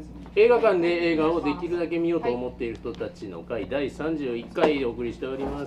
映画館で映画をできるだけ見ようと思っている人たちの会第31回お送りしております。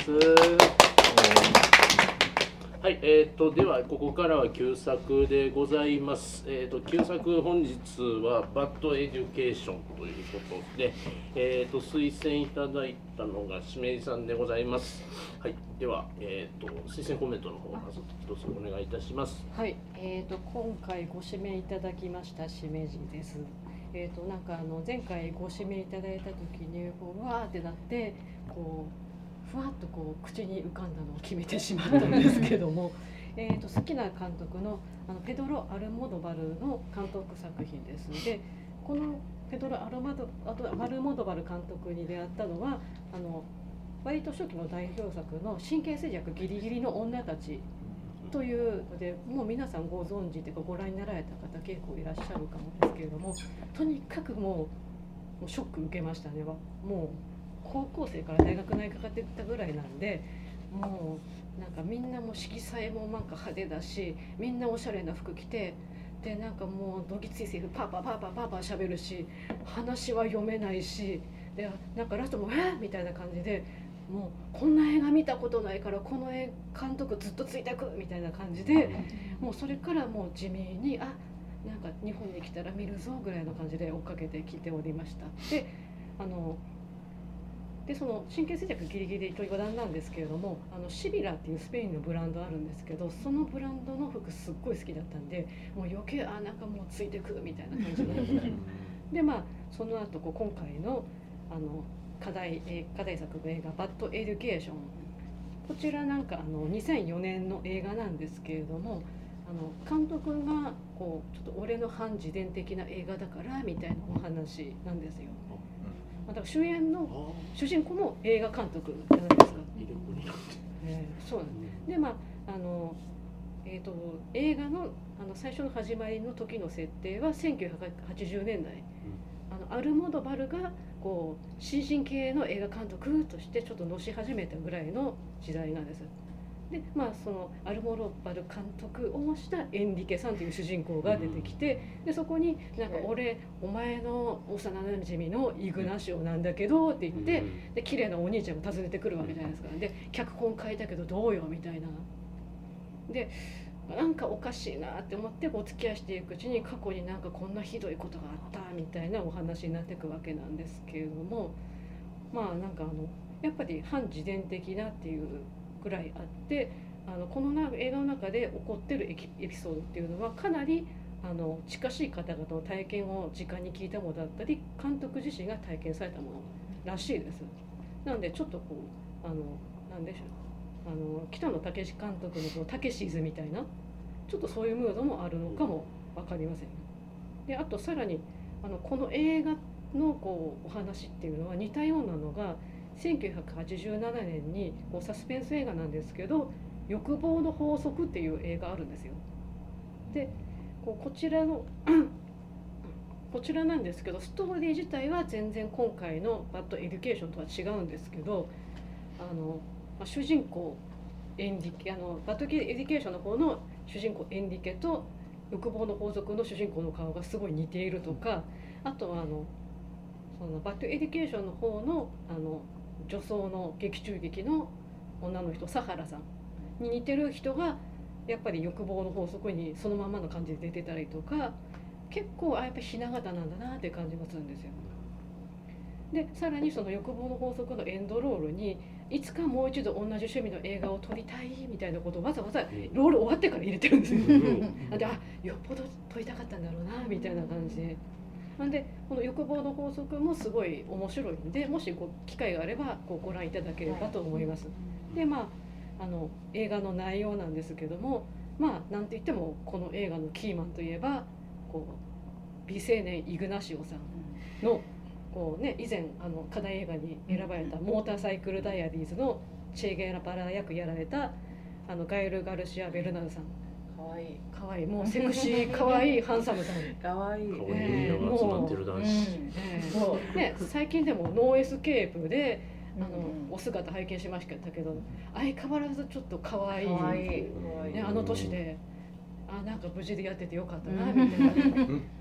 はい、ではここからは旧作でございます。旧作本日はバッドエデュケーションということで、推薦いただいたのがしめじさんでございます。はい、では、推薦コメントの方まず一つお願いいたします。 はい、今回ご指名いただきましたしめじです。なんか前回ご指名いただいた時にこうわーってなってこうふわっとこう口に浮かんだのを決めてしまったんですけども好きな監督のペドロ・アルモドバルの監督作品ですので、このペドロ・アルモドバル監督に出会ったのは割と初期の代表作の神経衰弱ギリギリの女たちというので、もう皆さんご存知というかご覧になられた方結構いらっしゃるかもですけれども、とにかくもうショック受けましたね。もう高校生から大学内かかってたぐらいなんで、もうなんかみんなもう色彩もなんか派手だし、みんなおしゃれな服着て、でなんかもうどぎついセリフパーパーパーパーパーパー喋るし、話は読めないし、でなんかラストもみたいな感じで、もうこんな映画見たことないからこの監督ずっとついてくみたいな感じで、もうそれからもう地味になんか日本に来たら見るぞぐらいの感じで追っかけてきておりました。でその神経衰弱ギリギリという話題なんですけれども、シビラっていうスペインのブランドあるんですけど、そのブランドの服すっごい好きだったんで、もう余計なんかもうついてくみたいな感じででその後今回の課題作の映画バッドエデュケーション、こちらなんか2004年の映画なんですけれども、監督がちょっと俺の反自伝的な映画だからみたいなお話なんですよ。だから主演の主人公も映画監督じゃないですか。そうなんで、映画の最初の始まりの時の設定は1980年代、アルモドバルが新進系の映画監督としてちょっとのし始めたぐらいの時代なんです。でそのアルモドバル監督をしたエンリケさんという主人公が出てきて、でそこになんかお前の幼なじみのイグナシオなんだけどって言って、で綺麗なお兄ちゃんが訪ねてくるわけじゃないですか。で脚本書いたけどどうよみたいな。でなんかおかしいなって思ってお付き合いしていくうちに、過去になんかこんなひどいことがあったみたいなお話になっていくわけなんですけれども、なんかやっぱり反自伝的なっていうぐらいあって、この映画の中で起こってるエピソードっていうのはかなり近しい方々の体験を直に聞いたものだったり、監督自身が体験されたものらしいです。なのでちょっとなんでしょう、北野武監督のタケシーズみたいなちょっとそういうムードもあるのかも分かりません。であとさらにこの映画のお話っていうのは似たようなのが1987年にサスペンス映画なんですけど、欲望の法則っていう映画あるんですよ。でこちらなんですけど、ストーリー自体は全然今回のバッドエデュケーションとは違うんですけど、主人公エンリケ、バッドエデュケーションの方の主人公エンリケと欲望の法則の主人公の顔がすごい似ているとか、あとはそのバッドエデュケーションの方の女装の劇中劇の女の人サハラさんに似てる人がやっぱり欲望の法則にそのままの感じで出てたりとか、結構やっぱりひな形なんだなって感じがするんですよ。でさらにその欲望の法則のエンドロールにいつかもう一度同じ趣味の映画を撮りたいみたいなことをわざわざロール終わってから入れてるんですよ。でよっぽど撮りたかったんだろうなみたいな感じで。なんでこの欲望の法則もすごい面白いんで、もし機会があればご覧いただければと思います。で映画の内容なんですけども、なんて言ってもこの映画のキーマンといえば美青年イグナシオさんの以前課題映画に選ばれたモーターサイクルダイアリーズのチェ・ゲラパラ役やられたガエル・ガルシア・ベルナルさん、かわいいもうセクシーかわいいハンサムさん、 かわいい、 もう集まってる男子、 最近でもノーエスケープでお姿拝見しましたけど、相変わらずちょっとかわいい、年でなんか無事でやっててよかったなみたいな。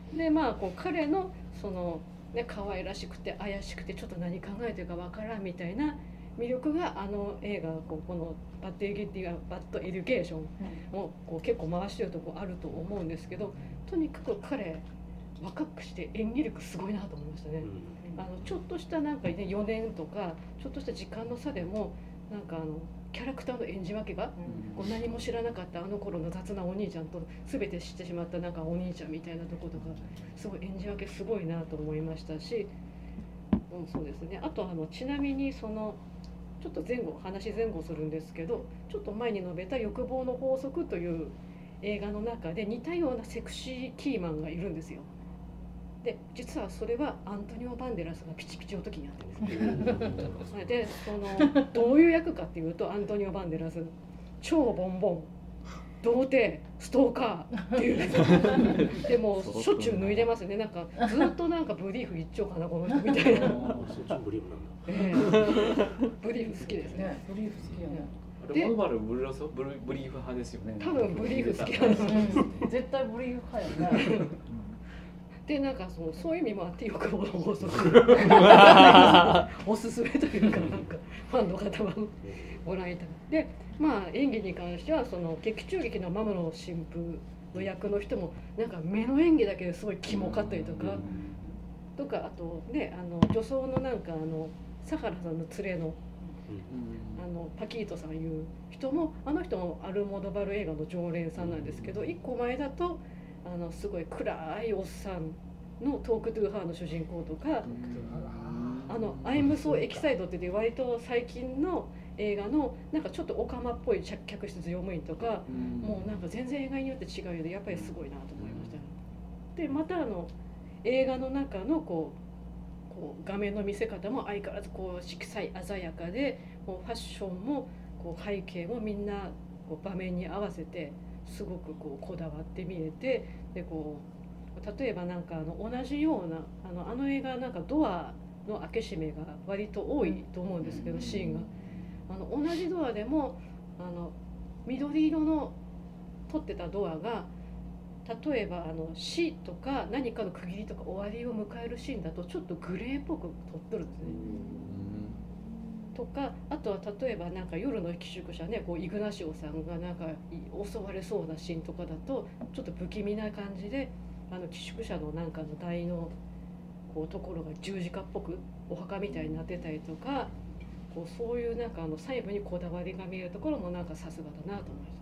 でまあこう彼のそのね可愛らしくて怪しくてちょっと何考えてるかわからんみたいな魅力があの映画このバッドエデュケーションをこう結構回してるとこあると思うんですけど、とにかく彼若くして演技力すごいなと思いましたね。ちょっとしたなんかね4年とかちょっとした時間の差でもなんかキャラクターの演じ分けが、こう何も知らなかったあの頃の雑なお兄ちゃんと全て知ってしまったなんかお兄ちゃんみたいなとことかすごい演じ分けすごいなと思いましたし、そうですね。あとちなみにそのちょっと話前後するんですけど、ちょっと前に述べた欲望の法則という映画の中で似たようなセクシーキーマンがいるんですよ。で実はそれはアントニオ・バンデラスがピチピチの時にやってるんですでどういう役かっていうと、アントニオ・バンデラス超ボンボン童貞ストーカーっていうでもしょっちゅう脱いでますね。なんかずっとなんかブリーフ一丁かなこの人みたいなそっちもブリーフなんだ、 ブリーフ好きですね。 ブリーフ好きやね。 モノバルブリーフ派ですよね。 多分ブリーフ好きなんです絶対ブリーフ派やね。 でなんかそういう意味もあって欲望の法則おすすめというかなんかファンの方はご覧いただいて、まあ演技に関してはその劇中劇のマムロ神父の役の人もなんか目の演技だけですごいキモかったりとか、あとね女装のなんかサハラさんの連れのパキートさんいう人もあの人もアルモドバル映画の常連さんなんですけど、一個前だとすごい暗いおっさんのトークトゥーハーの主人公とか、アイムソーエキサイドって言って割と最近の映画のなんかちょっとオカマっぽい客室乗務員とか、もうなんか全然映画によって違うようでやっぱりすごいなと思いました。でまた映画の中のこう画面の見せ方も相変わらずこう色彩鮮やかで、もうファッションもこう背景もみんなこう場面に合わせてすごくこだわって見えて、で例えばなんか同じようなあの映画なんかドアの開け閉めが割と多いと思うんですけど、シーンが同じドアでも緑色の撮ってたドアが例えば死とか何かの区切りとか終わりを迎えるシーンだとちょっとグレーっぽく撮ってるんですね。とかあとは例えばなんか夜の寄宿舎ねイグナシオさんがなんか襲われそうなシーンとかだとちょっと不気味な感じで寄宿舎のなんかの台のところが十字架っぽくお墓みたいになってたりとか、そういうなんか細部にこだわりが見えるところもなんかさすがだなと思いました。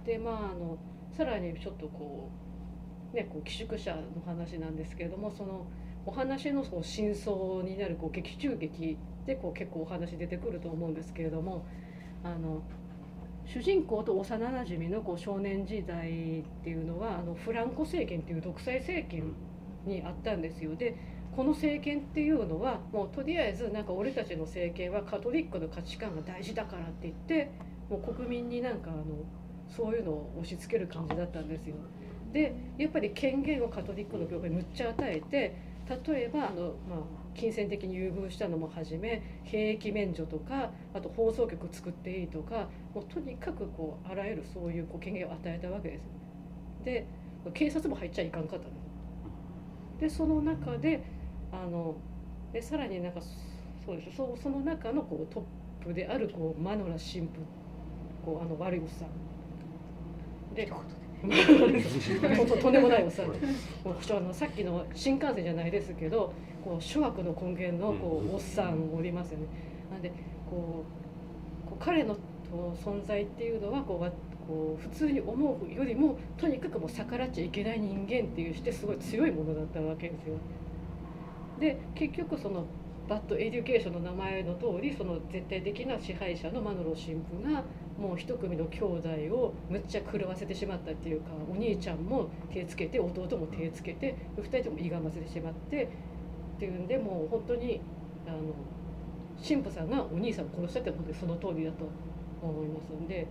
でまあさらにちょっと寄宿舎の話なんですけれども、そのお話の真相になる劇中劇で結構お話出てくると思うんですけれども、主人公と幼なじみの少年時代っていうのはフランコ政権っていう独裁政権にあったんですよ。でこの政権っていうのはもうとりあえずなんか俺たちの政権はカトリックの価値観が大事だからって言ってもう国民になんかそういうのを押し付ける感じだったんですよ。でやっぱり権限をカトリックの教会にむっちゃ与えて、例えば金銭的に優遇したのもはじめ兵役免除とかあと放送局作っていいとか、もうとにかくあらゆるそういう権限を与えたわけです。で警察も入っちゃいかんかったんです。でその中でさらになんかそうですその中のトップであるマノラ神父悪いおっさんでとんでもないおっさんでさっきの新幹線じゃないですけど諸悪の根源のおっさんおりますよね。なんで彼の存在っていうのは普通に思うよりもとにかく逆らっちゃいけない人間っていうしてすごい強いものだったわけですよ。で結局そのバッドエデュケーションの名前の通りその絶対的な支配者のマノロ神父がもう一組の兄弟をむっちゃ狂わせてしまったっていうか、お兄ちゃんも手つけて弟も手つけて2人ともいがませてしまってっていうんで、もう本当に神父さんがお兄さんを殺したって本当にその通りだと思いますんで、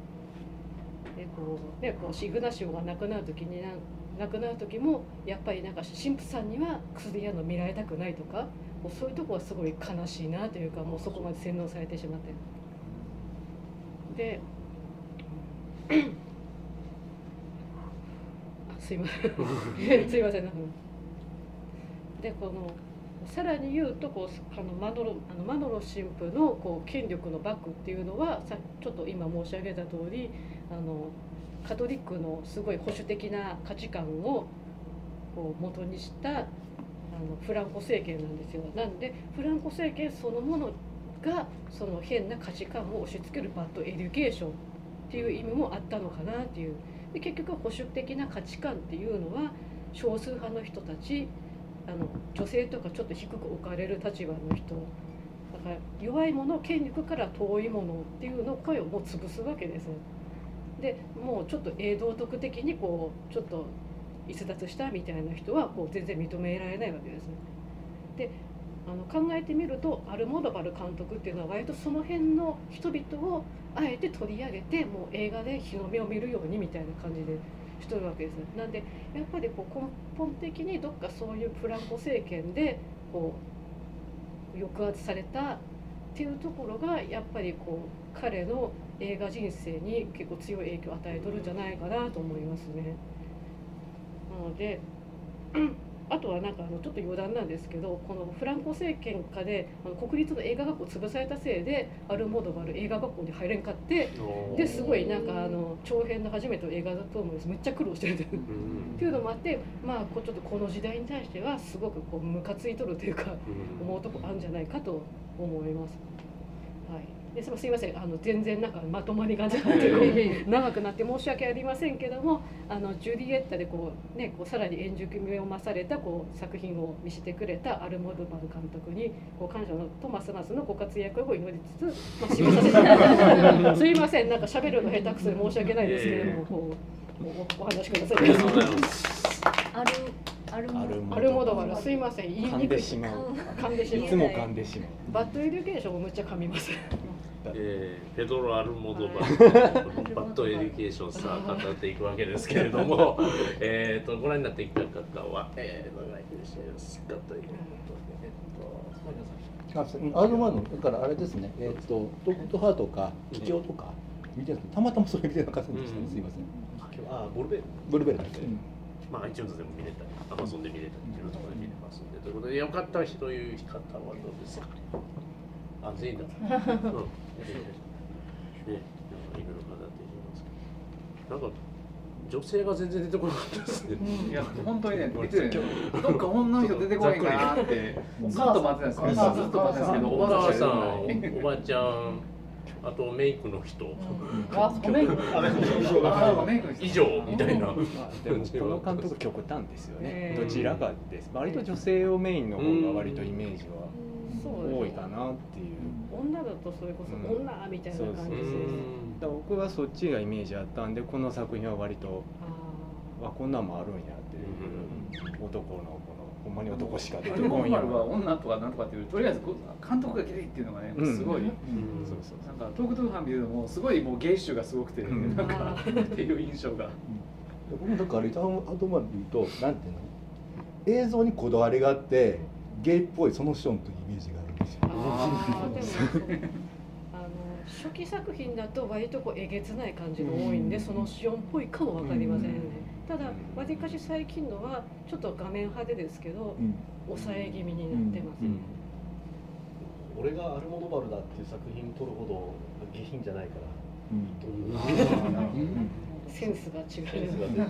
シグナシオが亡くなる時もやっぱりなんか神父さんには薬屋の見られたくないとか、もうそういうとこはすごい悲しいなというか、もうそこまで洗脳されてしまってですいませんすいません。でこのさらに言うとこうマノロ神父のこう権力のバックっていうのはちょっと今申し上げた通りカトリックのすごい保守的な価値観をこう元にしたフランコ政権なんですよ。なんでフランコ政権そのものがその変な価値観を押し付けるバッドエデュケーションっていう意味もあったのかなっていう。で結局保守的な価値観っていうのは少数派の人たち女性とかちょっと低く置かれる立場の人だから弱い者権力から遠い者っていうの声をもう潰すわけです。でもうちょっと道徳的にこうちょっと逸脱したみたいな人はこう全然認められないわけですね。で考えてみるとアルモドバル監督っていうのは割とその辺の人々をあえて取り上げてもう映画で日の目を見るようにみたいな感じでしとるわけです。なんでやっぱりこう根本的にどっかそういうフランコ政権でこう抑圧されたっていうところがやっぱりこう彼の映画人生に結構強い影響を与えとるんじゃないかなと思いますね。なのであとはなんかちょっと余談なんですけどこのフランコ政権下で国立の映画学校潰されたせいでアルモドバル映画学校に入れんかってですごいなんか長編の初めての映画だと思うんです。めっちゃ苦労してるんですっていうのもあってまあちょっとこの時代に対してはすごくこうムカついとるというか思うとこあるんじゃないかと思います。はい、ですいません全然なんかまとまりがなくて長くなって申し訳ありませんけどもジュリエッタでこう、ね、こうさらに円熟味を増されたこう作品を見せてくれたアルモドバル監督にこう感謝のとますますのご活躍を祈りつつ、まあ、締めさせていただきすいませんなんか喋るの下手くそで申し訳ないですけれども、こうお話しください。 ありがとうございます。 アルモドバルすいません言いにくい噛んでしまういつも噛んでしまう。 バッドエデュケーションをむっちゃ噛みます。 ペドロ・アルモドバル、バッドエデュケーションさあ語っていくわけですけれどもご覧になっていた方はどのぐらいいらっしゃいますかということでアルマのだからあれですねドクトハーとか秘境とか見てるんですけどたまたまそれ見てなかったんでしたね、すいません。ボルベルだって、 まあ iTunes でも見れたり Amazon で見れたりいろんなところで見れますんでということでよかった人という方はどうですか。あ全員だ。ね、いろいろ語っていきますけどなんか女性が全然出てこなかったですね。 いや本当にね、どっか女の人出てこないかなってずっと待ってたんですけど、ずっと待ってたんですけど、 お母さん、おばちゃん、あとメイクの人、以上みたいな。 でもこの監督極端ですよね。どちらかです。割と女性をメインの方が割とイメージは多いかなっていう。 女だとそれこそ女みたいな感じです。 僕はそっちがイメージあったんでこの作品は割とこんなんもあるんやっていう男のこのほんまに男しか出てこんやろ。 女とかなんとかっていうとりあえず監督が綺麗っていうのがねすごい。なんかトークトゥーハン見るのもすごいもう芸種がすごくてなんかっていう印象が。 僕もだからアドマルで言うとなんていうの映像にこだわりがあってゲイっぽいそのションというイメージがあるんですよ。 でも初期作品だと割とこうえげつない感じが多いんで、そのシオンっぽいかもわかりませんね。ただわりかし最近のはちょっと画面派手ですけど、抑え気味になってますね。 俺がアルモドバルだっていう作品撮るほど下品じゃないから、 センスが違う。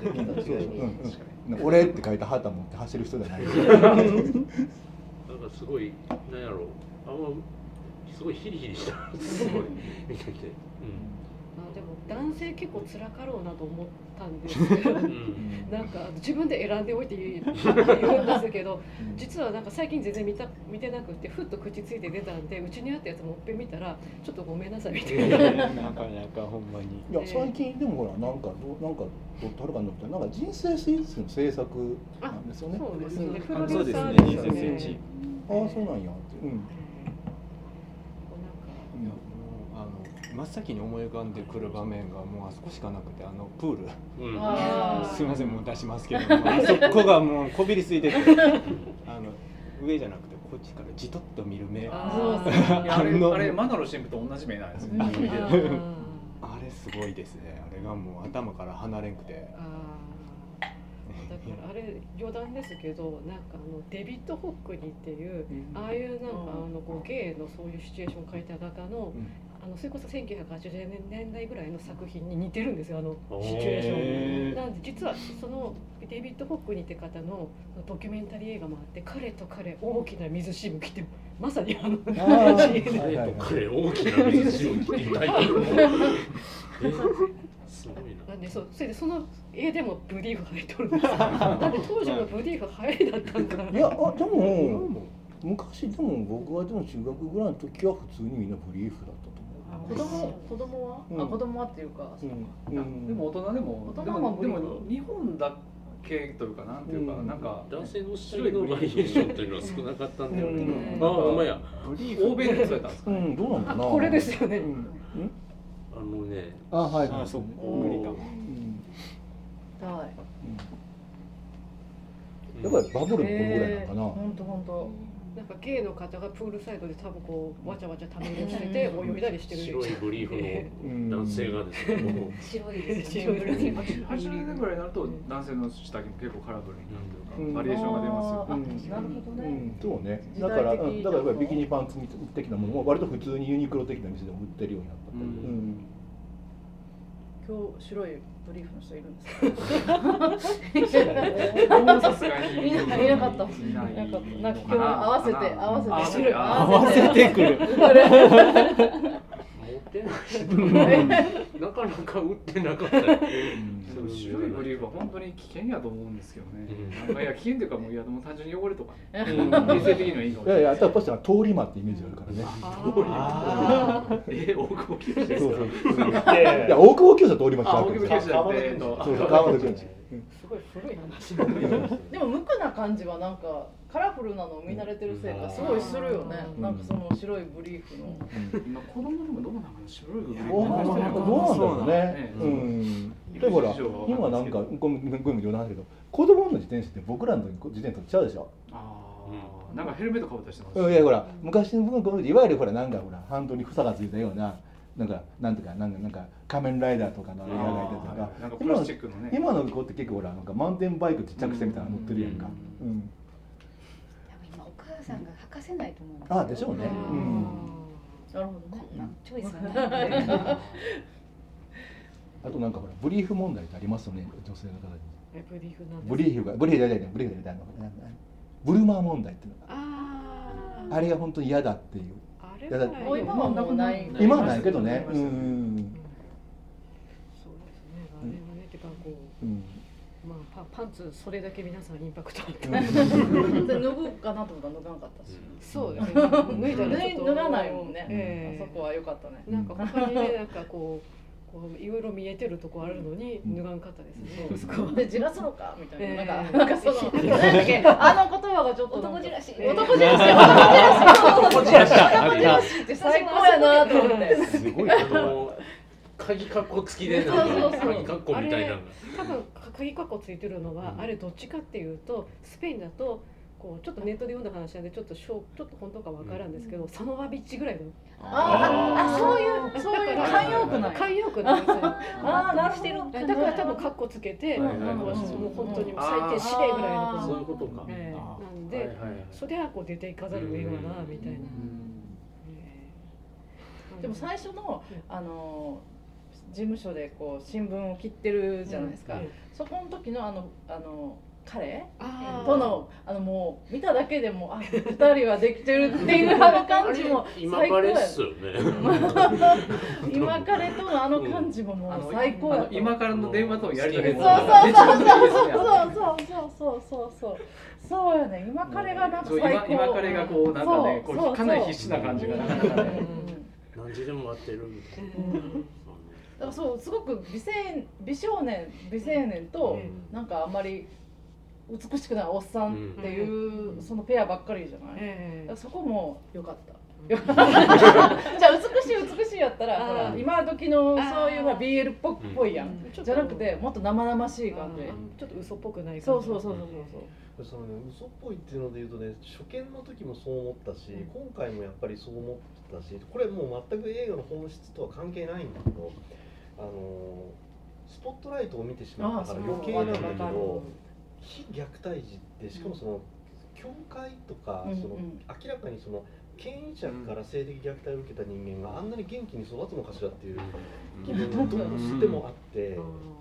俺って書いた旗持って走る人じゃない。 なんかすごいなんやろうすごいヒリヒリしたすごい見てて、 でも男性結構辛かろうなと思ったんですけど、なんか自分で選んでおいて言うんですけど、実はなんか最近全然見てなくてふっと口ついて出たんでうちにあったやつもっぺん見たらちょっとごめんなさいみたいな。 なかなかほんまに。 いや最近でもほらなんか撮ったるかなってなんか人生スイーツの制作なんですよね。 そうですね。 そうですね。人生スイッチ。 そうなんやって。 真っ先に思い浮かんでくる場面がもうあそこしかなくてプール、すいませんもう出しますけどあそこがもうこびりついてて上じゃなくてこっちからじとっと見る目あれマナロ神父と同じ目なんですよね。 あれすごいですね。あれがもう頭から離れんくてだからあれ余談ですけど、なんかデビッド・ホックニーっていう、ああいうなんかこうゲイのそういうシチュエーションを描いた画家の、それこそ1980年代ぐらいの作品に似てるんですよ、シチュエーション。なんで実はそのデビッド・ホックニーって方のドキュメンタリー映画もあって、彼と彼大きな水しぶきってまさに彼と彼大きな水しぶきってタイトルすごいな。 なんでそれでその絵でもブリーフ履いとるんですよ。なんで当時のブリーフ流行りだったんかな。 いやでも昔でも僕はでも中学ぐらいの時は普通にみんなブリーフだったと思う。 子供は、子供はっていうか、 でも大人でもでも日本だけというかなんていうか、なんか男性の白いバリエーションというのは少なかったんだよね。ほんまや。 欧米でそうやったんですかね。 どうなんだな。 これですよね。 はいあ、そう無理だ。やっぱりバブルの頃ぐらいなのかな。 本当。 なんかゲイの方がプールサイドで多分こうわちゃわちゃため入れしてて泳いだりしてる。 白いブリーフの男性がですね。 白いですよね。 80年ぐらいになると男性の下着も結構カラフルになるというか、バリエーションが出ますよ。 なるほどね。 そうね。だからやっぱりビキニパンツ的なものも割と普通にユニクロ的な店でも売ってるようになった。 今日白いブリーフの人いるんですか？ さすがにいなかった。なんか今日合わせて白い合わせてくる。 持ってないなかなか売ってなかった。 白いブリーフは本当に危険やと思うんですけどね。いや危険というかもうもう単純に汚れとかね。衛生的にはいいかもしれない。 いややっぱり通り魔ってイメージがあるからね。 大久保清ですか。 いや大久保清は通り魔ってあるけど。 すごい古い話。 でも無垢な感じはなんかカラフルなのを見慣れてるせいかすごいするよね。なんかその白いブリーフの。 今子供でもどうなの白いブリーフ。 どうなんだろうね。でほら今なんかごめん余談だけど子供の自転車って僕らの自転車と違うでしょ。 なんかヘルメットかぶったりしてます。 いやほら昔の僕のいわゆるほらなんかほらハンドに房がついたような。なんか仮面ライダーとかの映画がいたとか、 なんかプラスチックのね。 今の子って結構ほらなんかマウンテンバイクちっちゃくしてみたいなの乗ってるやんか。 今お母さんが履かせないと思うんですよ。 あでしょうね。 なるほどね。 チョイスがない。 あとなんかほらブリーフ問題ってありますよね女性の方に。 ブリーフなんです。 ブリーフじゃないブルマー問題っていうのが。あれが本当に嫌だっていう。 もう今はもうない。 今はないけどね。 そうですね。あれはねてかこう、まあパンツそれだけ皆さんインパクトあって。 脱ぐかなと思ったら脱がなかったし。 そうですね。脱いだらちょっと脱がないもんね。そこは良かったね。 なんか他にねなんかこういろいろ見えてるとこあるのに脱がんかったですね。 でじらすのかみたいななんかその何だっけあの言葉がちょっと男じらしって最高やなと思って。 すごい鍵カッコ付きでなんか鍵カッコみたいな。 多分鍵カッコついてるのはあれどっちかっていうとスペインだと。ちょっとネットで読んだ話なんでちょっと本当かわからんですけど、サノバビッチぐらいのそういう慣用句なんですよ。 なるほど。だから多分カッコつけてもう本当に最低司令ぐらいのそういうことか。 なんでそれはこう出ていかざるを得んわなみたいな。 でも最初の事務所でこう新聞を切ってるじゃないですか。そこの時の彼とのもう見ただけでも2人はできてるっていう感じも最高や。今彼との感じももう最高や。 今からの電話とやり取りもそうやね。今彼がなんか最高。 今彼がこうなんかねかなり必死な感じがなんかね。 何時でも待ってるみたいな。 だからそうすごく美少年美青年となんかあんまり美しくないおっさんっていうそのペアばっかりじゃない。そこも良かった。じゃあ美しいやったら今時のそういうBL っぽいやんじゃなくてもっと生々しい感じ。 ちょっと嘘っぽくない感じ。 そう。 その嘘っぽいっていうので言うとね、初見の時もそう思ったし、今回もやっぱりそう思ったし、これもう全く映画の本質とは関係ないんだけど、スポットライトを見てしまったから余計なんだけど、 非虐待児ってしかもその教会とか、その明らかにその権威者から性的虐待を受けた人間があんなに元気に育つのかしらっていう疑問としてもあって、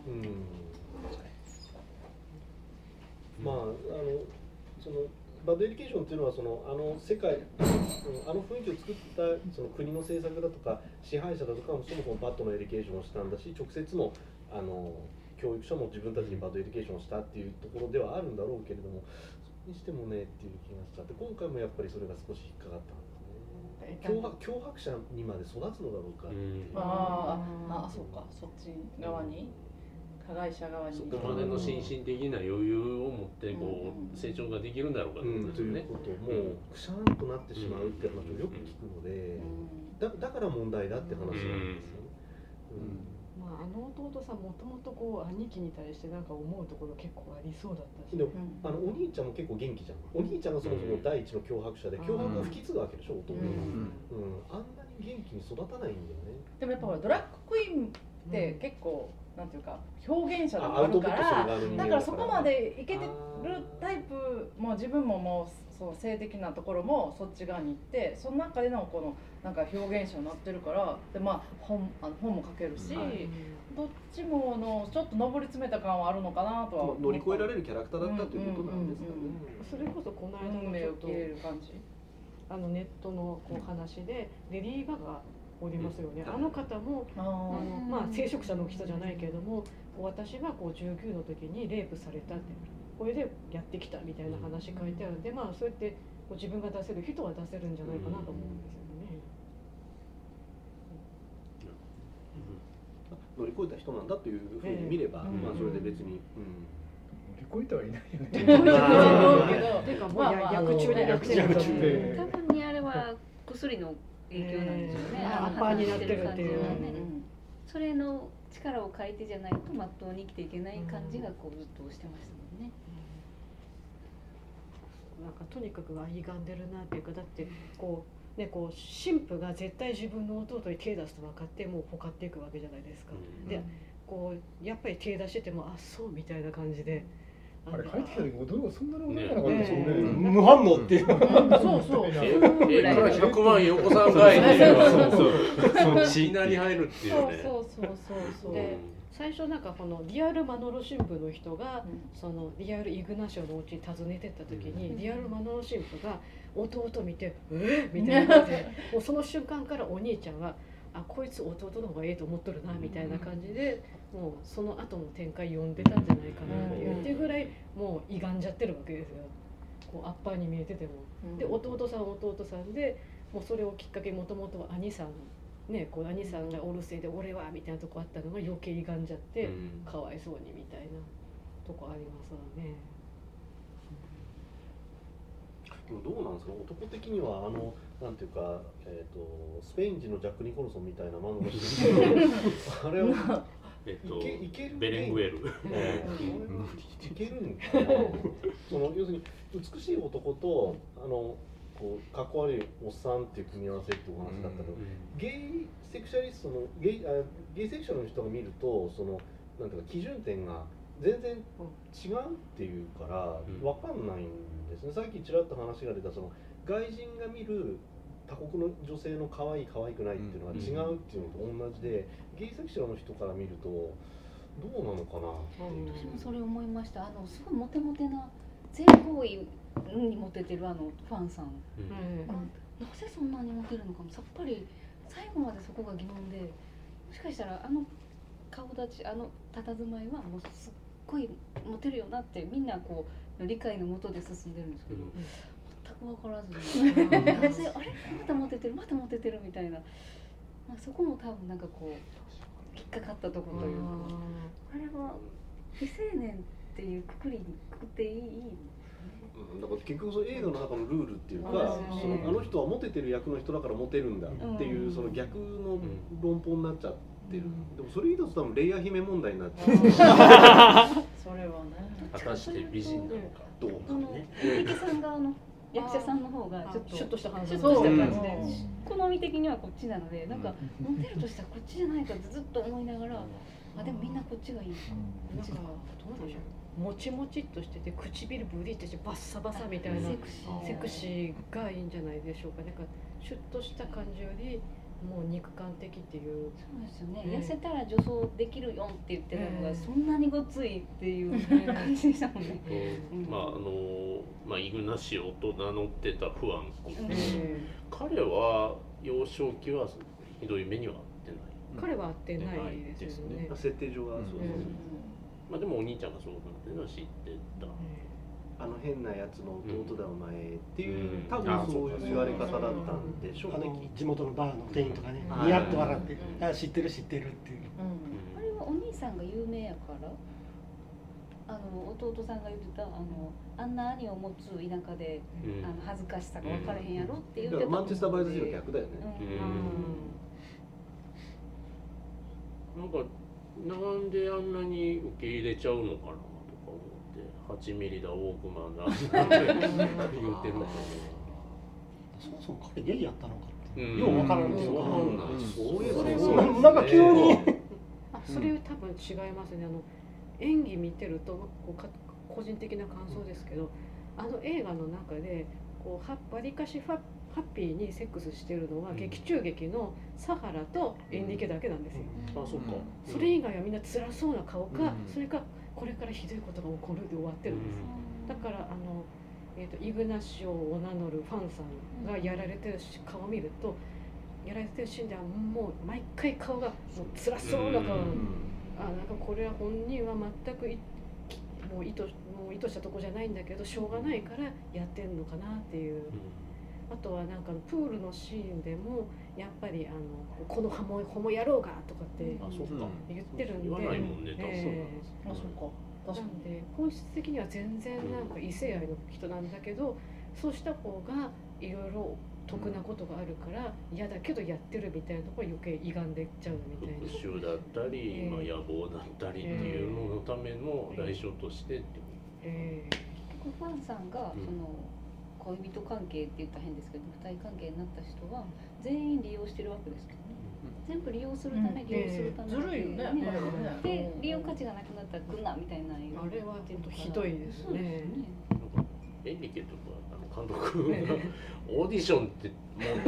まあそのバッドエデュケーションっていうのはその世界雰囲気を作ったその国の政策だとか支配者だとかもそもそもバッドのエデュケーションをしたんだし、直接も教育者も自分たちにバッドエデュケーションをしたっていうところではあるんだろうけれども、それにしてもねっていう気がしちゃって、今回もやっぱりそれが少し引っかかったんですね。脅迫者にまで育つのだろうかっていう。 そうか、そっち側に、加害者側にそこまでの心身的な余裕を持ってこう成長ができるんだろうかということをもうくしゃんとなってしまうって話をよく聞くので、だから問題だって話なんですよ。 まあ弟さんもともとこう兄貴に対してなんか思うところ結構ありそうだったし、 でもお兄ちゃんも結構元気じゃん。お兄ちゃんがそもそも第一の脅迫者で脅迫を吹き継ぐわけでしょ、弟が。あんなに元気に育たないんだよね。 でもやっぱドラッグクイーンって結構なんていうか表現者でもあるから、だからそこまでいけてるタイプも自分ももうその性的なところもそっち側に行って、その中でのこのなんか表現者になってるから、でまあ本も書けるし、どっちものちょっと上り詰めた感はあるのかなとは。 乗り越えられるキャラクターだったということなんですかね。 それこそこの間のちょっとネットのこう話でレディー・ガガおりますよね。あの方もまあ聖職者の人じゃないけれども、私はこう19の時にレイプされたって、これでやってきたみたいな話書いてあるんで、まあそうやってこう自分が出せる人は出せるんじゃないかなと思うんですよね。 乗り越えた人なんだというふうに見れば、まあそれで別に。 乗り越えてはいないよね。 ていうかもう役中で役中多分にあれは薬の影響なんですよね。 アッパーになってるっていう。 それの力を借りてじゃないとまっとうに生きていけない感じがこうずっとしてましたもんね。 なんかとにかく歪んでるなっていうか、だってこうね、こう神父が絶対自分の弟に手出すと分かってもうほかっていくわけじゃないですか。でこうやっぱり手出しててもあそうみたいな感じで。 あれ書いてた時驚くそんなに驚かなかったですよね。 無反応っていう。 そうそう。 100万横さんがいていきなり入るっていうね。 そう。で最初なんかこのリアルマノロ神父の人がそのリアルイグナシオのうちに訪ねてった時にリアルマノロ神父が弟見てみたいな感じで、もうその瞬間からお兄ちゃんはこいつ弟の方がええと思っとるなみたいな感じで、もうその後の展開読んでたんじゃないかなっていうぐらいもう歪んじゃってるわけですよ。こうアッパーに見えてても。で弟さんでもうそれをきっかけにもともとは兄さんね、こう兄さんがおるせいで俺はみたいなとこあったのが余計歪んじゃってかわいそうにみたいなとこありますわね。 どうなんですか、男的にはなんていうか、スペイン人のジャック・ニコルソンみたいな漫画あれはいけるベレングエルいけるんかな。その要するに美しい男とこうかっこ悪いおっさんっていう組み合わせっていうお話だったけど、ゲイセクシャリストのゲイセクシャルの人が見るとそのなんていうか基準点が全然違うっていうから分かんないんですね。さっきちらっと話が出たその外人が見る他国の女性の可愛い可愛くないっていうのが違うっていうのと同じで、ゲイセクシャルの人から見るとどうなのかなっていう。 私もそれ思いました。すごいモテモテな性行為にモテてるファンさん、なぜそんなにモテるのかもさっぱり最後までそこが疑問で、もしかしたら顔立ち佇まいはもうすっごいモテるよなってみんなこう理解のもとで進んでるんですけど、全く分からずになぜあれまたモテてるみたいな、そこも多分なんかこう引っかかったところというか、あれは未成年っていうくくりにくくっていいだから結局その映画の中のルールっていうか、その人はモテてる役の人だからモテるんだっていうその逆の論法になっちゃってる。でもそれ言い出すと多分レイヤー姫問題になっちゃう。 それはね。 果たして美人なのかどうかね。 演劇さん側の役者さんの方がちょっとシュッとした感じシュッとした感じで、好み的にはこっちなので、なんかモテるとしたらこっちじゃないかってずっと思いながら、 でもみんなこっちがいい。 なんかどうでしょう、もちもちっとしてて唇ブリってしてバッサバサみたいなセクシーがいいんじゃないでしょうか。なんかシュッとした感じよりもう肉感的っていう。 そうですよね。痩せたら女装できるよって言ってるのがそんなにごついっていう感じでしたもんね。 イグナシオと名乗ってたフアン君、彼は幼少期はひどい目には遭ってない。 彼は会ってないですよね。 設定上はそうですね。 まあでもお兄ちゃんがそうなってるのは知ってた。 あの変なやつの弟だお前っていう多分そういう言われ方だったんでしょうね。 地元のバーの店員とかね、ニヤッと笑って「あ、知ってる知ってる」っていう。 あれはお兄さんが有名やから。弟さんが言ってたあんな兄を持つ田舎で恥ずかしさが分からへんやろって言ってた。 マンチェスターバイズジの逆だよね。 なんかなんであんなに受け入れちゃうのかなとか思って8ミリだウォークマンだ言ってるのかそもそも彼ゲイやったのかってよう分からんっていうか、 そういえばなんか急にそれ多分違いますね。演技見てると個人的な感想ですけど、映画の中でわりかしハッピーにセックスしてるのは劇中劇のサハラとエンリケだけなんですよ。 そうか。 それ以外はみんな辛そうな顔か、それかこれからひどいことが起こるで終わってるんです。だからイグナシオを名乗るファンさんがやられてる顔を見ると、やられてるシーンではもう毎回顔がもう辛そうな顔。なんかこれは本人は全くもう意図したとこじゃないんだけどしょうがないからやってんのかなっていう。あとはなんかプールのシーンでもやっぱりこのホモ野郎がとかって言ってるんで、 言わないもんね。 なんで本質的には全然なんか異性愛の人なんだけど、そうした方がいろいろ得なことがあるから嫌だけどやってるみたいなところが余計歪んでいっちゃうみたいな。 復讐だったり、野望だったりっていうののための代償としてってこと。 結局ファンさんがその恋人関係って言ったら変ですけど、二人関係になった人は全員利用してるわけですけどね。全部利用するため利用するためずるいよね。 で利用価値がなくなったら来んなみたいな。 あれはちょっとひどいですね。 エンリケとか監督がオーディションっても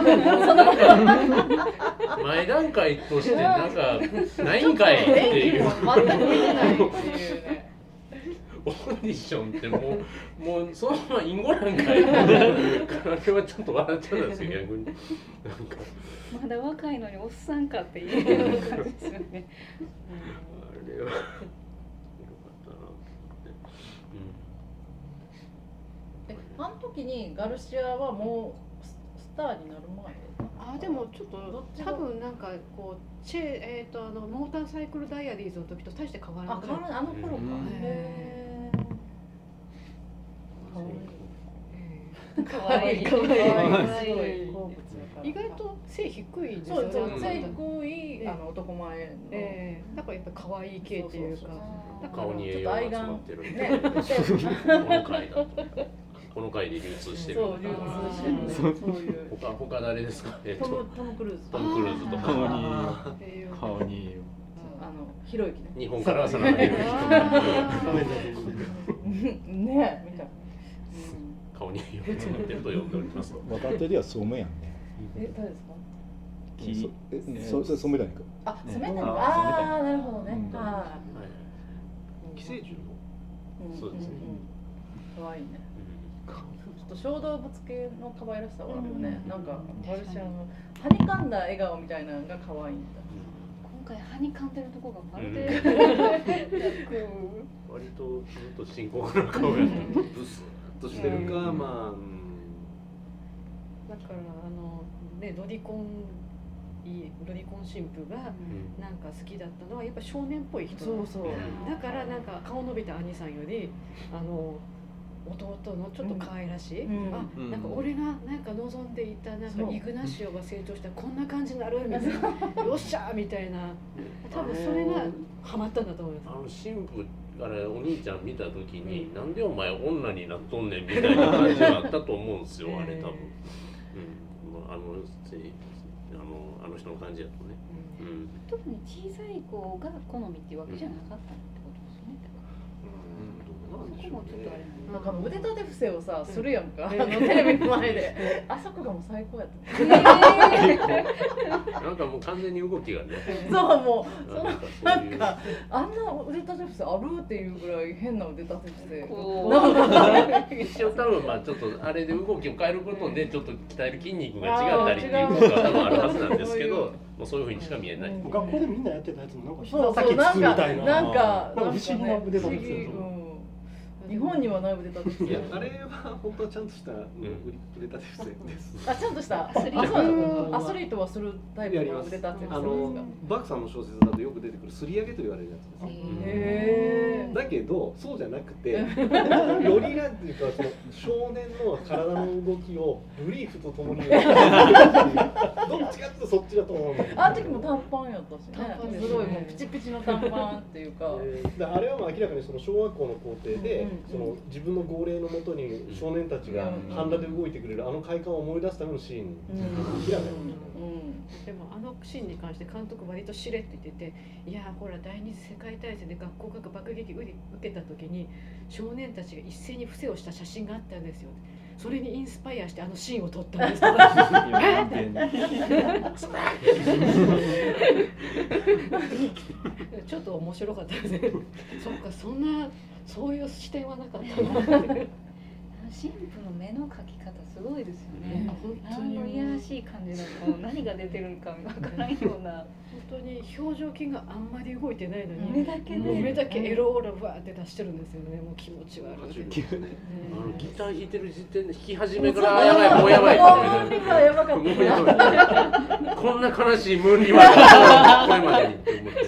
う前段階としてなんかないんかいっていう。 全く見てないっていうね。 オーディションってもうそのままインゴなんかい。あれはちょっと笑っちゃったんですよ逆に。なんかまだ若いのにおっさんかっていう感じですよね。 あれは。 あの時にガルシアはもうスターになる前。 でもちょっと多分なんかこうモーターサイクルダイアリーズの時と大して変わらない。 あの頃か。 かわいい。意外と背低いですよね。 背低い男前の。 だからやっぱ可愛い系っていうか。 顔に栄養が詰まってる。この回で流通してる。 そう流通してる。そういう。 他誰ですか？ トム・クルーズ。 トム・クルーズとか。 顔にひろゆきね。 日本からはさらない。 ねみたいな。 顔に栄養が詰まってると呼んでおります。 若手では染めやんね。 誰ですか？ 染め谷か。 染め谷。なるほどね。 寄生獣の。そうですね。 可愛いね。ちょっと小動物系の可愛らしさはあるよね。なんかガルシアのはにかんだ笑顔みたいなのが可愛いんだ。 今回はにかんでるとこがまるで割とずっと深刻な顔やブスッとしてるか、まあだからロリコン神父がなんか好きだったのはやっぱ少年っぽい人。だからなんか顔伸びた兄さんより弟のちょっと可愛らしい、なんか俺がなんか望んでいたなんかイグナシオが成長したらこんな感じになるみたいなよっしゃーみたいな、多分それがハマったんだと思います。 神父からお兄ちゃん見た時に、なんでお前女になっとんねんみたいな感じがあったと思うんですよ、あれ多分、あの人の感じだとね。 特に小さい子が好みっていうわけじゃなかったってことですね。そこもちょっとあれなんか腕立て伏せをさするやんか、テレビの前であそこがもう最高やった。 なんかもう完全に動きがね。 そうもうなんかあんな腕立て伏せあるっていうぐらい変な腕立て伏せ。 一応多分まあちょっとあれで動きを変えることでちょっと鍛える筋肉が違ったりっていうことが多分あるはずなんですけど、もうそういう風にしか見えない。 学校でみんなやってたやつもなんかそう先つくみたいな。 なんか不思議な腕立て伏せ。 日本にはない腕立て伏せ。 いやあれは本当はちゃんとした腕立て伏せです。 あちゃんとしたアスリートはするタイプの腕立て伏せですか。 バクさんの小説だとよく出てくるすり上げと言われるやつです。だけどそうじゃなくてよりなんていうかその少年の体の動きをブリーフとともにどっちかっていうとそっちだと思うんだけど。 あの時も短パンやったしね。すごいもうピチピチの短パンっていうか。 あれはもう明らかにその小学校の校庭でその自分の号令のもとに少年たちが半裸で動いてくれるあの快感を思い出すためのシーン。 でもあのシーンに関して監督割としれっと言ってて、いやほら第二次世界大戦で学校が爆撃受けた時に少年たちが一斉に伏せをした写真があったんですよ。それにインスパイアしてあのシーンを撮ったんです。ちょっと面白かったですね。そっかそういう視点はなかったな。 神父の目の描き方すごいですよね。あのいやらしい感じの何が出てるかわからんような。 本当に表情筋があんまり動いてないのに目だけエロオーラブワーって出してるんですよね。もう気持ち悪い。 ギター弾いてる時点で弾き始めからやばいもうやばいやばかった。 こんな悲しいムーンリバーこれまでにって思って。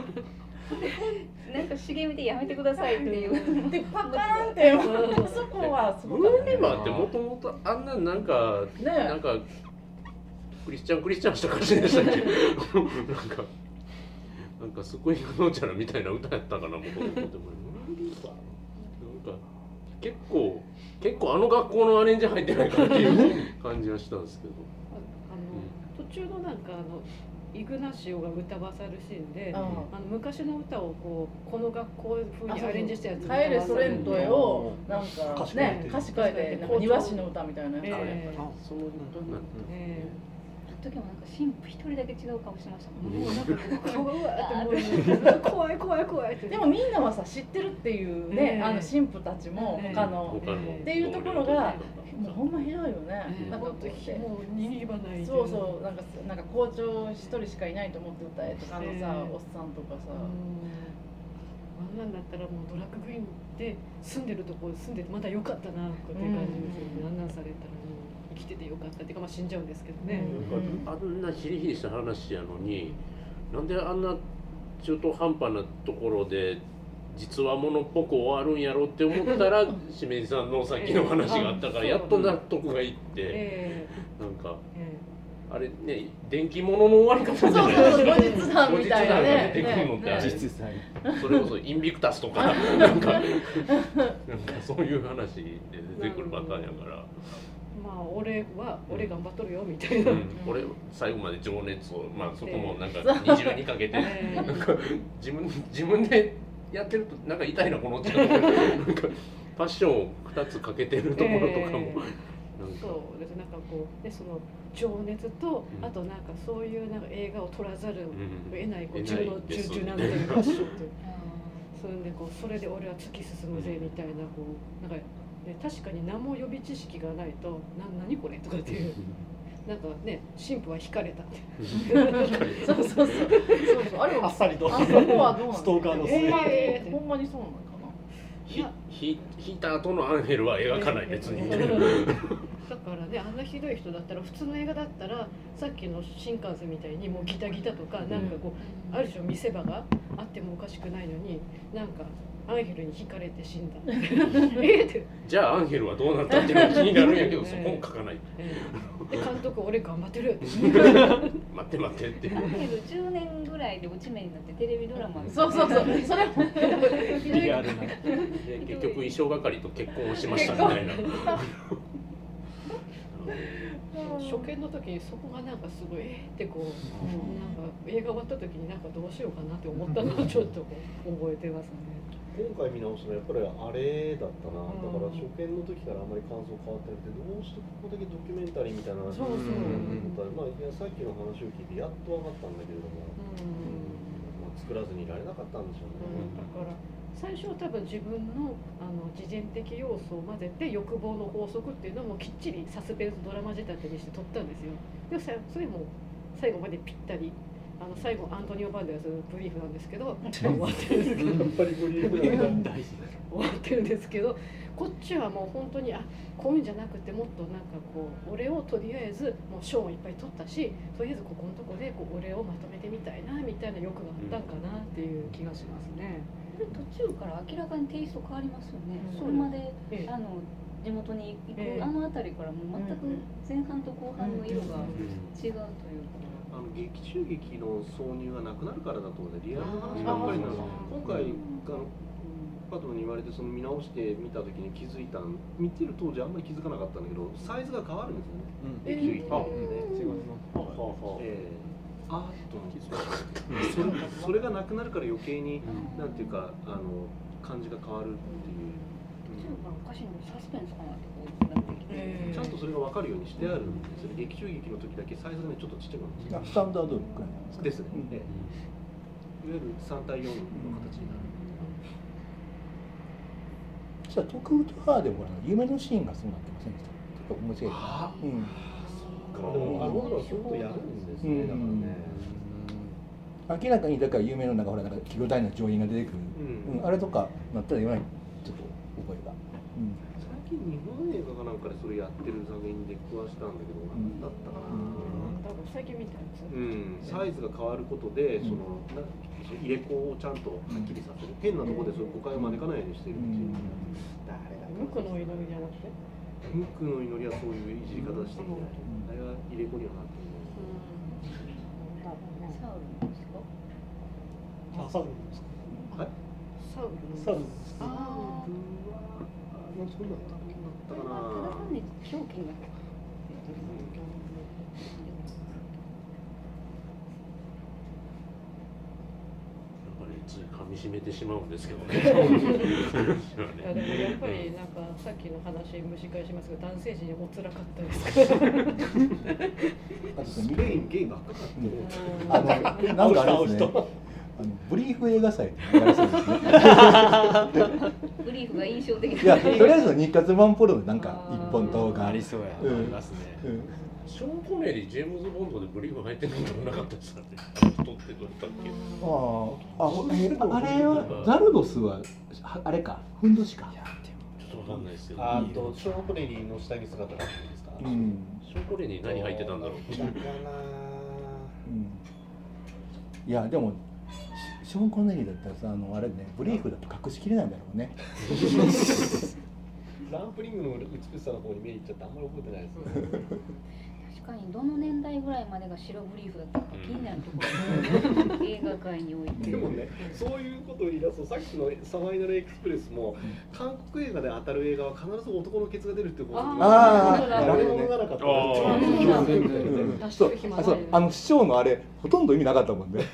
なんか茂みでやめてくださいっていう。 でパカーンってそこはすごムーンリバーってもともとあんななんかクリスチャンした感じでしたっけ？なんかすごいのちゃらみたいな歌やったかなもともとでもムーンリバーなんか結構あの学校のアレンジ入ってないかっていう感じはしたんですけど。 途中のなんかイグナシオが歌わさるシーンで、昔の歌をこの学校風にアレンジしたやつ。 カエレソレントへをなんかね歌詞変えて庭師の歌みたいなやつ。 そういう歌なんだ。 時もなんか神父一人だけ違う顔してましたもんね。 もうなんか顔がうわーって怖いって。 でもみんなはさ知ってるっていうね、あの神父たちも他のっていうところがもうほんまひどいよね。 なんかもう逃げ場ない。 そうなんか校長一人しかいないと思って歌えとかのさおっさんとかさ。 あんなんだったらもうドラッグクイーンで住んでるとこ住んでてまだ良かったなっていう感じですよね。あんなんされたら生きててよかったっていうかまあ死んじゃうんですけどね。 あんなヒリヒリした話やのに、なんであんな中途半端なところで実話ものっぽく終わるんやろって思ったらしめじさんのさっきの話があったからやっと納得がいって、なんかあれね電気物の終わり方じゃないですか。 後日談みたいなね。 出てくるのってあれ。 実際それこそインビクタスとかなんかそういう話で出てくるパターンやから。 まあ俺頑張っとるよみたいな、 俺最後まで情熱をまあそこもなんか二重にかけてなんか自分でやってるとなんか痛いなこのうちのなんかパッションを2つかけてるところとかも、 そうです。なんかこうでその情熱と、あとなんかそういうなんか映画を撮らざるを得ないこう柔軟というパッションっていうそれでこうそれで俺は突き進むぜみたいなこうなんかで確かに何も予備知識がないと何これとかっていうなんかね神父は惹かれたってそうあれあっさりとあそこはどうなんですか？ ストーカーの末ほんまにそうなのかな。 引いた後のアンヘルは描かない別に。 だからねあんなひどい人だったら普通の映画だったらさっきの新幹線みたいにもうギタギタとかなんかこうある種見せ場があってもおかしくないのになんかアンヘルに惹かれて死んだじゃあアンヘルはどうなったっていうのが気になるんやけどそこも書かないで監督俺頑張ってる待ってってアンヘル10年ぐらいで落ち目になってテレビドラマそうそれもリアルな結局衣装係と結婚をしましたみたいな初見の時にそこがなんかすごいってこう、なんか映画終わった時になんかどうしようかなって思ったのをちょっと覚えてますね。 今回見直すのやっぱりあれだったな、だから初見の時からあんまり感想変わってなくて、どうしてここだけドキュメンタリーみたいな話をまあ、いやさっきの話を聞いてやっと分かったんだけれども、まあ、作らずにいられなかったんでしょうね。 だから最初は多分自分の自然的要素を混ぜて欲望の法則っていうのもきっちりサスペンスドラマ仕立てにして撮ったんですよ。でもそれも最後までぴったり。最後アントニオ・バンデラスブリーフなんですけど終わってるんですけどやっぱりブリーフなんだ終わってるんですけど、こっちはもう本当にこういうんじゃなくてもっとなんかこう俺をとりあえずもう賞もいっぱい取ったし、とりあえずここのとこでこう俺をまとめてみたいなみたいな欲があったんかなっていう気がしますね。 途中から明らかにテイスト変わりますよね。それまで地元に行くあの辺りからもう全く前半と後半の色が違うというか。 劇中劇の挿入がなくなるからだと思うね。リアルな話ばっかりなの。今回パトロに言われてその見直してみた時に気づいた見てる当時あんまり気づかなかったんだけど、サイズが変わるんですよね。劇中劇のアートのそれがなくなるから余計になんていうか感じが変わるっていう。 おかしいのサスペンスかなってちゃんとそれが分かるようにしてあるんですよ。劇中劇の時だけサイズがねちょっとちっちゃくなるんですよ。 スタンダードくらいなんですね。いわゆる3対4の形になる。 じゃあトクートハーでも夢のシーンがそうなってませんでした。ちょっと面白いかな。 でも僕らはそういうことやるんですね。だからね。 明らかにだから有名なほらキロ台の上演が出てくる、あれとかなったら言わないちょっと覚えが。 最近日本映画かなんかでそれやってる作品で詳したんだけど、何だったかな。 多分最近見たやつ。 サイズが変わることでその入れ子をちゃんとはっきりさせる。変なところでそういう誤解を招かないようにしているっていう。 無垢の祈りじゃなくて。 無垢の祈りはそういういじり方していない。あれは入れ子にはなっていない。 サウルですか？ サウルですか？ はい。 サウル。 サウル。 そうだったかな。 ただ単に狂気が。 噛み締めてしまうんですけどね。 でもやっぱりなんかさっきの話蒸し返しますけど、男性陣おつらかったです。 あとスペインゲイばっかかって。 なんかあれですね。ブリーフ映画祭ってやらそうですね。 ブリーフが印象的な。 いや、とりあえず日活版ポロでなんか一本動画ありそうや。ありますね。 ショーン・コネリー、ジェームズ・ボンドでブリーフ入ってるのなかったですかね。太ってどうだったっけ。 あれはザルドスはあれか、ふんどしか。 ちょっとわかんないですけど。 ショーン・コネリーの下着姿があるんですか。 ショーン・コネリー何入ってたんだろう。 いやでもショーン・コネリーだったらさあれねブリーフだと隠しきれないんだろうね。 ランプリングの美しさの方に目いっちゃってあんまり覚えてないですね。 確かにどの年代ぐらいまでが白ブリーフだったか気になるところ、映画界において。 でもね、そういうことを言い出すとさっきのサバイナルエクスプレスも韓国映画で当たる映画は必ず男のケツが出るっていう法則が誰も脱がなかった。 そう師匠のあれほとんど意味なかったもんね。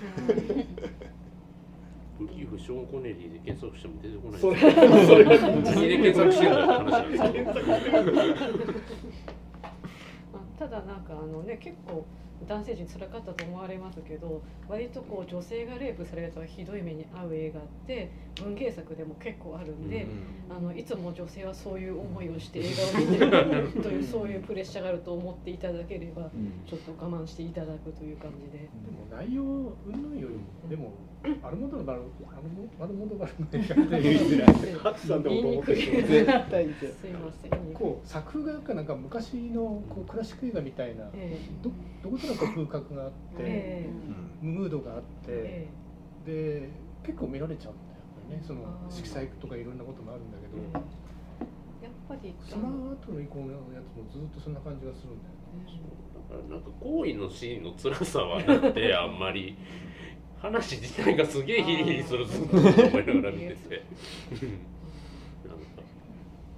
ブリーフショーン・コネリーで検索しても出てこない。それ何で検索してるんだって話なんですよ。 ただなんか結構男性陣辛かったと思われますけど、割とこう女性がレイプされるとひどい目に遭う映画って文芸作でも結構あるんで、いつも女性はそういう思いをして映画を見てるというそういうプレッシャーがあると思っていただければ、ちょっと我慢していただくという感じで。 でも内容云々よりもでもアルモドバルの映画って言いづらい。 ハチさんでもと思ってる。 すいません。 こう作画がなんか昔のこうクラシック映画みたいな、どことなく風格があって、ムードがあって、で結構見られちゃうんだよね。その色彩とかいろんなこともあるんだけど、 やっぱりその後の以降のやつもずっとそんな感じがするんだよね。 だからなんか行為のシーンの辛さはなくてあんまり話自体がすげえヒリヒリするぞと思いながら見てて。 作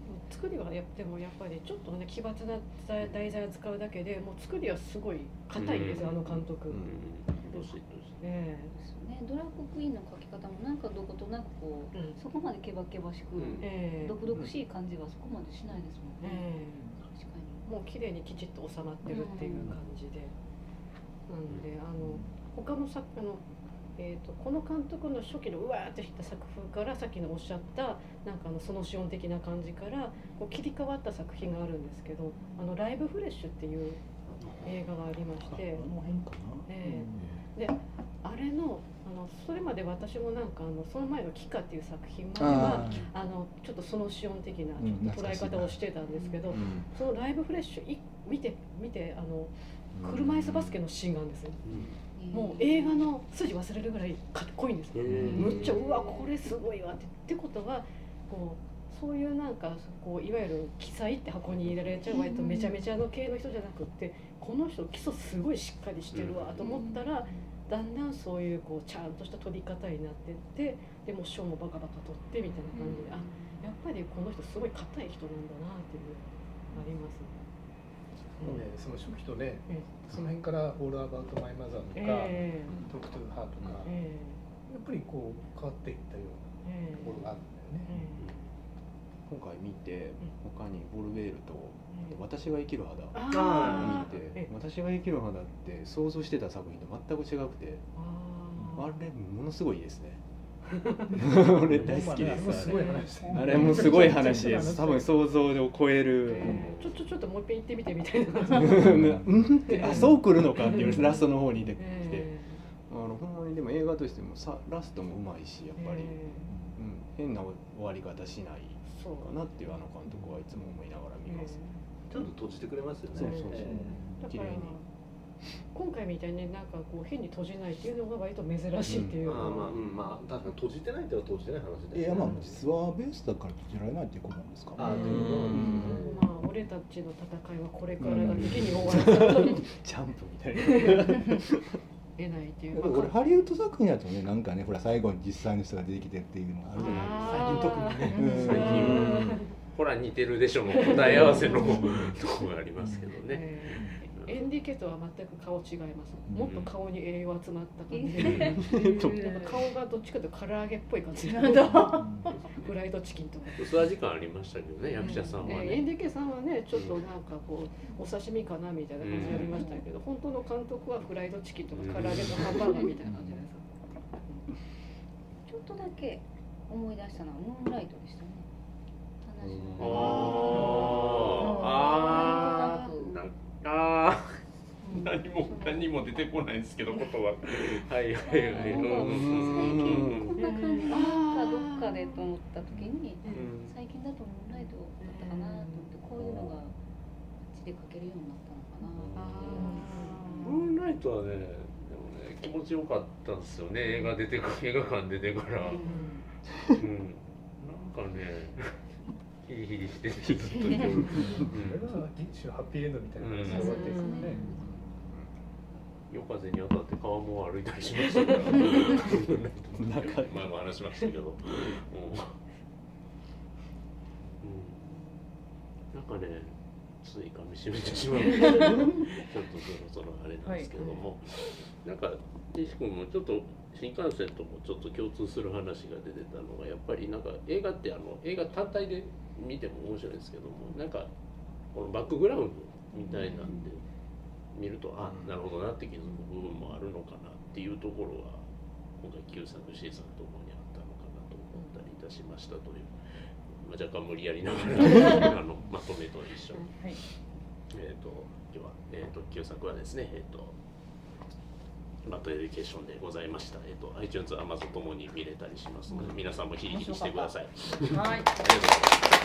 作りはでもやっぱりちょっとね奇抜な題材を使うだけでもう作りはすごい硬いんですよ、あの監督。 どしっとですね。 ドラッグクイーンの描き方もなんかどことなくこう、そこまでケバケバしく、毒々しい感じはそこまでしないですもんね。確かに。 もう綺麗にきちっと収まってるっていう感じで。なんで他の作家のこの監督の初期のうわーってした作風からさっきのおっしゃったなんかそのシオン的な感じからこう切り替わった作品があるんですけど、ライブフレッシュっていう映画がありまして、であれのそれまで私もなんかその前のキカっていう作品まではちょっとそのシオン的な捉え方をしてたんですけど、そのライブフレッシュ見て車椅子バスケのシーンがあるんですよ。もう映画の筋忘れるぐらいかっこいいんですよ。むっちゃうわこれすごいわってことはこうそういうなんかこういわゆる奇才って箱に入れられちゃう割とめちゃめちゃの系の人じゃなくってこの人基礎すごいしっかりしてるわと思ったらだんだんそういうこうちゃんとした撮り方になってってでもショーもバカバカ撮ってみたいな感じでやっぱりこの人すごい硬い人なんだなっていうありますね。 その初期とね、その辺からオールアバウトマイマザーとか、トークトゥーハーとか、やっぱりこう変わっていったようなところがあるんだよね。 今回見て他にボルベールと私が生きる肌を見て、私が生きる肌って想像してた作品と全く違くて、あれものすごいですね。俺大好きです。あれもすごい話です。多分想像を超える。 ちょっともう一遍言ってみてみたいな。 うんってそう来るのかっていうラストの方に出てきて、ほんまにでも映画としてもラストもうまいしやっぱり、変な終わり方しないかなっていう監督はいつも思いながら見ます。 ちゃんと閉じてくれますよね。 そう綺麗に。今回みたいになんかこう変に閉じないっていうのが割と珍しいっていうか、 まあ確かに閉じてないっては閉じてない話で、 実はベースだから閉じられないっていうことなんですか。 俺たちの戦いはこれからが時に終わるジャンプみたいな出ないっていう。 これハリウッド作品やとねなんかねほら最後に実際の人が出てきてっていうのがあるじゃないですか。 最近特にね。ほら似てるでしょの答え合わせのとこがありますけどね。 エンディケとは全く顔違います。もっと顔に栄養集まった感じで、顔がどっちかというと唐揚げっぽい感じなんだ。フライドチキンとか。 薄味感ありましたけどね、役者さんはね。 エンディケさんはね、ちょっとなんかこうお刺身かなみたいな感じありましたけど、本当の監督はフライドチキンとか唐揚げとハンバーガーみたいな感じです。 ちょっとだけ思い出したのはムーンライトでしたね。 何も出てこないんですけどことは。はいはいはい。 最近こんな感じかどっかでと思った時に、最近だとムーンライトだったかなと思ってこういうのがあっちで書けるようになったのかな。 ムーンライトはね、でもね気持ちよかったんですよね。映画館出てから、なんかね。ヒリヒリしてずっと。 それは一種ハッピーエンドみたいな感じで終わっていくよね。 夜風に当たって川も歩いたりしましたから。前も話しましたけど。なんかね、つい噛み締めてしまう。ちょっとそろあれなんですけども、なんか西君もちょっと。新幹線ともちょっと共通する話が出てたのがやっぱりなんか映画って映画単体で見ても面白いですけどもなんかこのバックグラウンドみたいなんで見るとなるほどなって気づく部分もあるのかなっていうところは今回旧作シーズンともにあったのかなと思ったりいたしましたという、若干無理やりながらまとめと一緒に、今日は、旧作はですねバッドエデュケーションでございました。iTunes、Amazon ともに見れたりしますので、皆さんもひりひりしてください。 はい。 ありがとうございます。